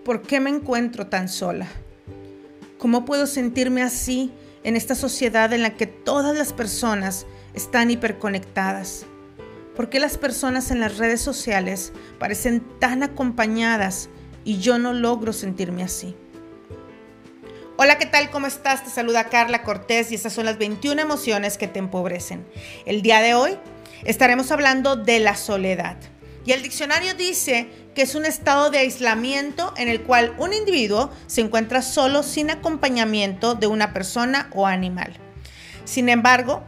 ¿por qué me encuentro tan sola? ¿Cómo puedo sentirme así en esta sociedad en la que todas las personas están hiperconectadas? ¿Por qué las personas en las redes sociales parecen tan acompañadas y yo no logro sentirme así? Hola, ¿qué tal? ¿Cómo estás? Te saluda Carla Cortés y estas son las 21 emociones que te empobrecen. El día de hoy estaremos hablando de la soledad. Y el diccionario dice que es un estado de aislamiento en el cual un individuo se encuentra solo sin acompañamiento de una persona o animal. Sin embargo,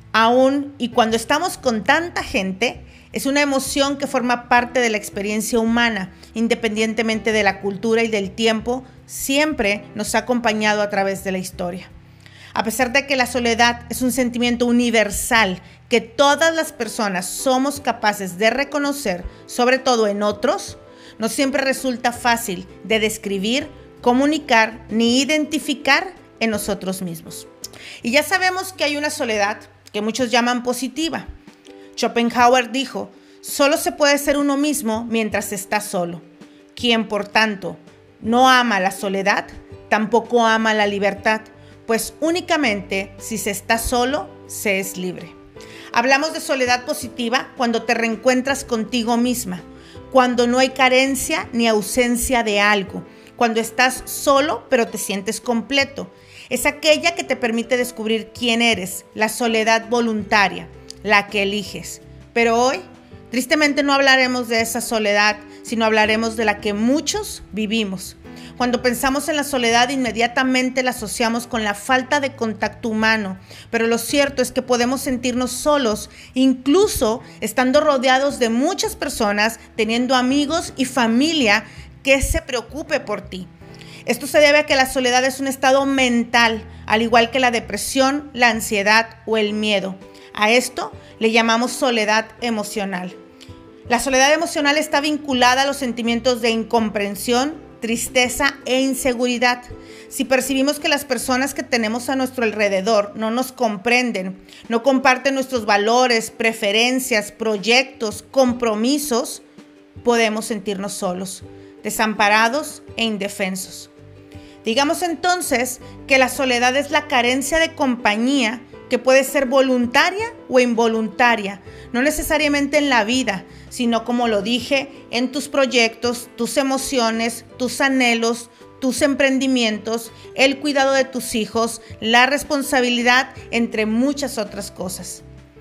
aún y cuando estamos con tanta gente, es una emoción que forma parte de la experiencia humana, independientemente de la cultura y del tiempo, siempre nos ha acompañado a través de la historia. A pesar de que la soledad es un sentimiento universal que todas las personas somos capaces de reconocer, sobre todo en otros, no siempre resulta fácil de describir, comunicar ni identificar en nosotros mismos. Y ya sabemos que hay una soledad que muchos llaman positiva. Schopenhauer dijo: solo se puede ser uno mismo mientras está solo. Quien, por tanto, no ama la soledad, tampoco ama la libertad, pues únicamente si se está solo, se es libre. Hablamos de soledad positiva cuando te reencuentras contigo misma, cuando no hay carencia ni ausencia de algo, cuando estás solo pero te sientes completo. Es aquella que te permite descubrir quién eres, la soledad voluntaria, la que eliges. Pero hoy, tristemente, no hablaremos de esa soledad, sino hablaremos de la que muchos vivimos. Cuando pensamos en la soledad, inmediatamente la asociamos con la falta de contacto humano, pero lo cierto es que podemos sentirnos solos, incluso estando rodeados de muchas personas, teniendo amigos y familia que se preocupe por ti. Esto se debe a que la soledad es un estado mental, al igual que la depresión, la ansiedad o el miedo. A esto le llamamos soledad emocional. La soledad emocional está vinculada a los sentimientos de incomprensión, tristeza e inseguridad. Si percibimos que las personas que tenemos a nuestro alrededor no nos comprenden, no comparten nuestros valores, preferencias, proyectos, compromisos, podemos sentirnos solos, desamparados e indefensos. Digamos entonces que la soledad es la carencia de compañía que puede ser voluntaria o involuntaria, no necesariamente en la vida, sino, como lo dije, en tus proyectos, tus emociones, tus anhelos, tus emprendimientos, el cuidado de tus hijos, la responsabilidad, entre muchas otras cosas.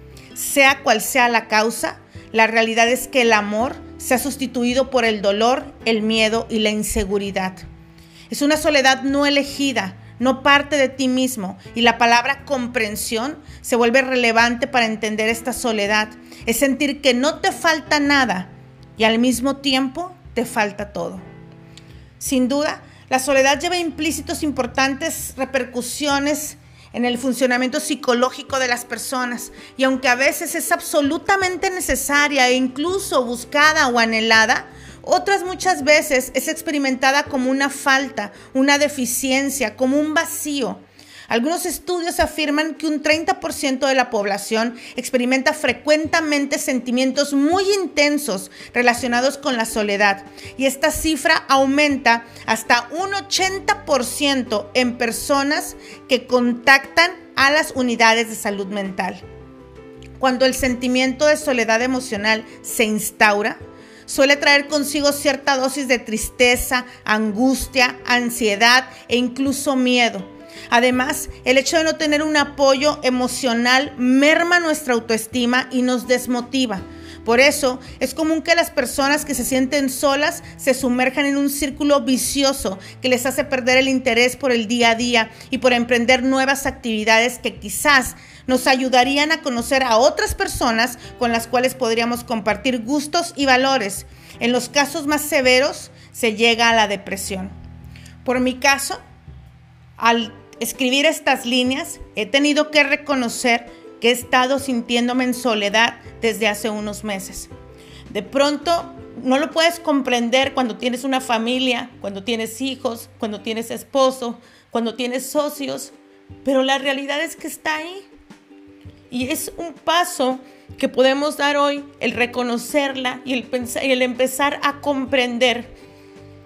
Sea cual sea la causa, la realidad es que el amor se ha sustituido por el dolor, el miedo y la inseguridad. Es una soledad no elegida, no parte de ti mismo, y la palabra comprensión se vuelve relevante para entender esta soledad. Es sentir que no te falta nada y al mismo tiempo te falta todo. Sin duda, la soledad lleva implícitos importantes repercusiones en el funcionamiento psicológico de las personas, y aunque a veces es absolutamente necesaria e incluso buscada o anhelada, otras muchas veces es experimentada como una falta, una deficiencia, como un vacío. Algunos estudios afirman que un 30% de la población experimenta frecuentemente sentimientos muy intensos relacionados con la soledad, y esta cifra aumenta hasta un 80% en personas que contactan a las unidades de salud mental. Cuando el sentimiento de soledad emocional se instaura, suele traer consigo cierta dosis de tristeza, angustia, ansiedad e incluso miedo. Además, el hecho de no tener un apoyo emocional merma nuestra autoestima y nos desmotiva. Por eso, es común que las personas que se sienten solas se sumerjan en un círculo vicioso que les hace perder el interés por el día a día y por emprender nuevas actividades que quizás nos ayudarían a conocer a otras personas con las cuales podríamos compartir gustos y valores. En los casos más severos, se llega a la depresión. Por mi caso, al escribir estas líneas, he tenido que reconocer que he estado sintiéndome en soledad desde hace unos meses. De pronto, no lo puedes comprender cuando tienes una familia, cuando tienes hijos, cuando tienes esposo, cuando tienes socios, pero la realidad es que está ahí. Y es un paso que podemos dar hoy, el reconocerla y el empezar a comprender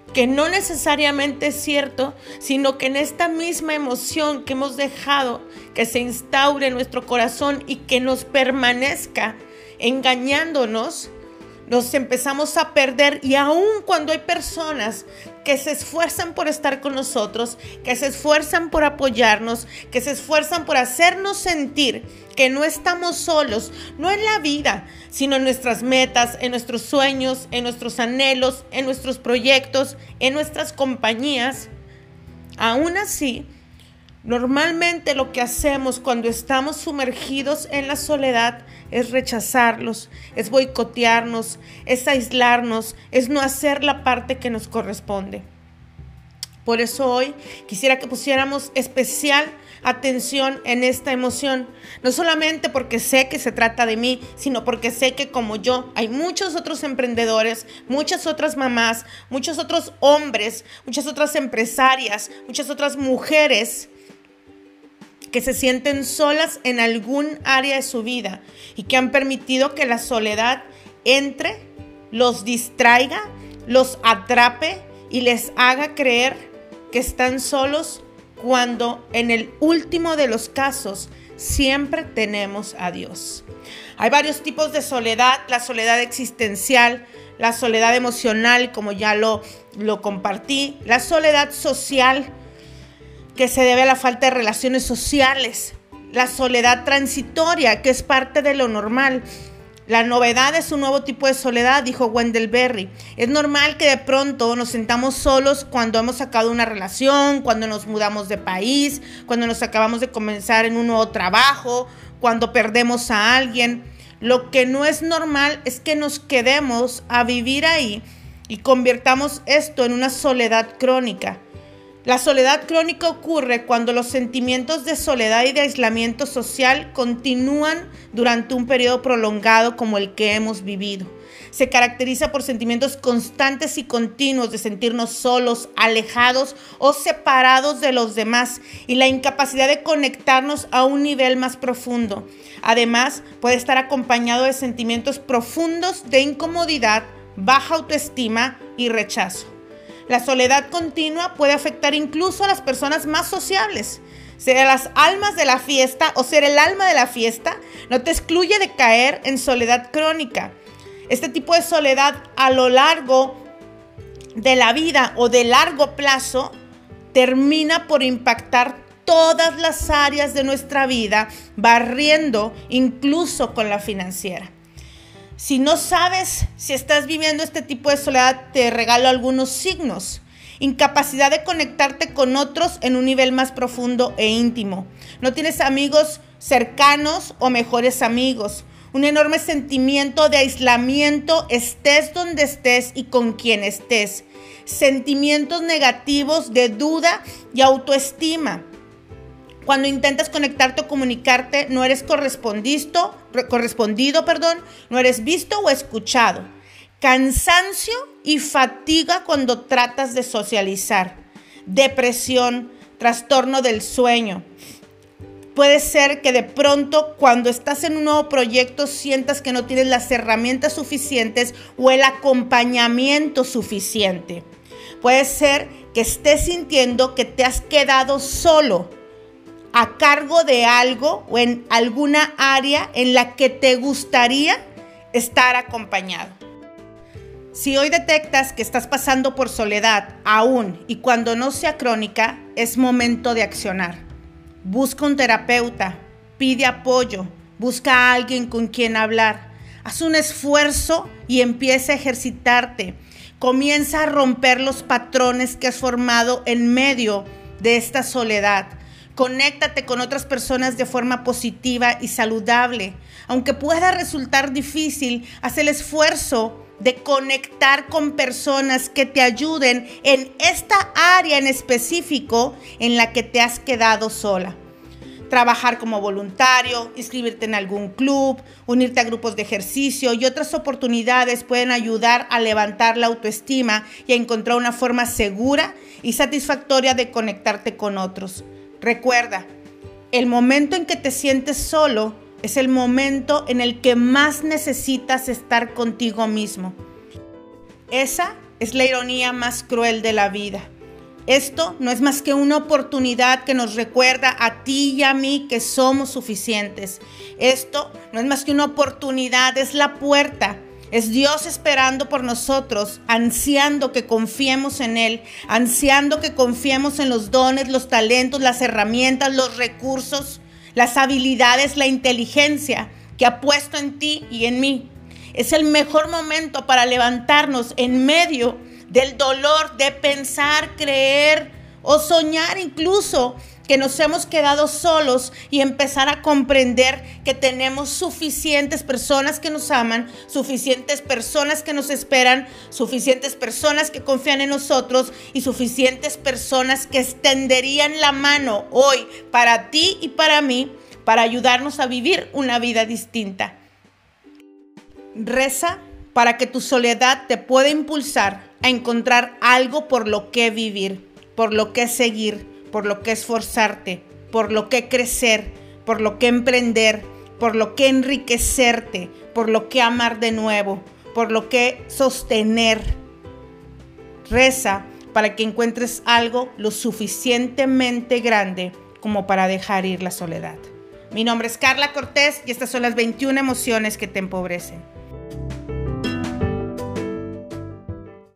que no necesariamente es cierto, sino que en esta misma emoción que hemos dejado que se instaure en nuestro corazón y que nos permanezca engañándonos, nos empezamos a perder. Y aun cuando hay personas que se esfuerzan por estar con nosotros, que se esfuerzan por apoyarnos, que se esfuerzan por hacernos sentir que no estamos solos, no en la vida, sino en nuestras metas, en nuestros sueños, en nuestros anhelos, en nuestros proyectos, en nuestras compañías, aún así, normalmente lo que hacemos cuando estamos sumergidos en la soledad es rechazarlos, es boicotearnos, es aislarnos, es no hacer la parte que nos corresponde. Por eso hoy quisiera que pusiéramos especial atención en esta emoción, no solamente porque sé que se trata de mí, sino porque sé que como yo hay muchos otros emprendedores, muchas otras mamás, muchos otros hombres, muchas otras empresarias, muchas otras mujeres que se sienten solas en algún área de su vida y que han permitido que la soledad entre, los distraiga, los atrape y les haga creer que están solos, cuando en el último de los casos siempre tenemos a Dios. Hay varios tipos de soledad: la soledad existencial, la soledad emocional, como ya lo compartí, la soledad social, que se debe a la falta de relaciones sociales, la soledad transitoria, que es parte de lo normal. La novedad es un nuevo tipo de soledad, dijo Wendell Berry. Es normal que de pronto nos sentamos solos cuando hemos sacado una relación, cuando nos mudamos de país, cuando nos acabamos de comenzar en un nuevo trabajo, cuando perdemos a alguien. Lo que no es normal es que nos quedemos a vivir ahí y convirtamos esto en una soledad crónica. La soledad crónica ocurre cuando los sentimientos de soledad y de aislamiento social continúan durante un periodo prolongado como el que hemos vivido. Se caracteriza por sentimientos constantes y continuos de sentirnos solos, alejados o separados de los demás y la incapacidad de conectarnos a un nivel más profundo. Además, puede estar acompañado de sentimientos profundos de incomodidad, baja autoestima y rechazo. La soledad continua puede afectar incluso a las personas más sociables. Ser las almas de la fiesta o ser el alma de la fiesta no te excluye de caer en soledad crónica. Este tipo de soledad a lo largo de la vida o de largo plazo termina por impactar todas las áreas de nuestra vida, barriendo incluso con la financiera. Si no sabes si estás viviendo este tipo de soledad, te regalo algunos signos. Incapacidad de conectarte con otros en un nivel más profundo e íntimo. No tienes amigos cercanos o mejores amigos. Un enorme sentimiento de aislamiento, estés donde estés y con quien estés. Sentimientos negativos de duda y autoestima. Cuando intentas conectarte o comunicarte, no eres correspondido, no eres visto o escuchado. Cansancio y fatiga cuando tratas de socializar. Depresión, trastorno del sueño. Puede ser que de pronto cuando estás en un nuevo proyecto sientas que no tienes las herramientas suficientes o el acompañamiento suficiente. Puede ser que estés sintiendo que te has quedado solo, a cargo de algo o en alguna área en la que te gustaría estar acompañado. Si hoy detectas que estás pasando por soledad aún y cuando no sea crónica, es momento de accionar. Busca un terapeuta, pide apoyo, busca a alguien con quien hablar. Haz un esfuerzo y empieza a ejercitarte. Comienza a romper los patrones que has formado en medio de esta soledad. Conéctate con otras personas de forma positiva y saludable. Aunque pueda resultar difícil, haz el esfuerzo de conectar con personas que te ayuden en esta área en específico en la que te has quedado sola. Trabajar como voluntario, inscribirte en algún club, unirte a grupos de ejercicio y otras oportunidades pueden ayudar a levantar la autoestima y a encontrar una forma segura y satisfactoria de conectarte con otros. Recuerda, el momento en que te sientes solo es el momento en el que más necesitas estar contigo mismo. Esa es la ironía más cruel de la vida. Esto no es más que una oportunidad que nos recuerda a ti y a mí que somos suficientes. Esto no es más que una oportunidad, es la puerta. Es Dios esperando por nosotros, ansiando que confiemos en Él, ansiando que confiemos en los dones, los talentos, las herramientas, los recursos, las habilidades, la inteligencia que ha puesto en ti y en mí. Es el mejor momento para levantarnos en medio del dolor de pensar, creer o soñar incluso que nos hemos quedado solos y empezar a comprender que tenemos suficientes personas que nos aman, suficientes personas que nos esperan, suficientes personas que confían en nosotros y suficientes personas que extenderían la mano hoy para ti y para mí para ayudarnos a vivir una vida distinta. Reza para que tu soledad te pueda impulsar a encontrar algo por lo que vivir, por lo que seguir, por lo que esforzarte, por lo que crecer, por lo que emprender, por lo que enriquecerte, por lo que amar de nuevo, por lo que sostener. Reza para que encuentres algo lo suficientemente grande como para dejar ir la soledad. Mi nombre es Carla Cortés y estas son las 21 emociones que te empobrecen.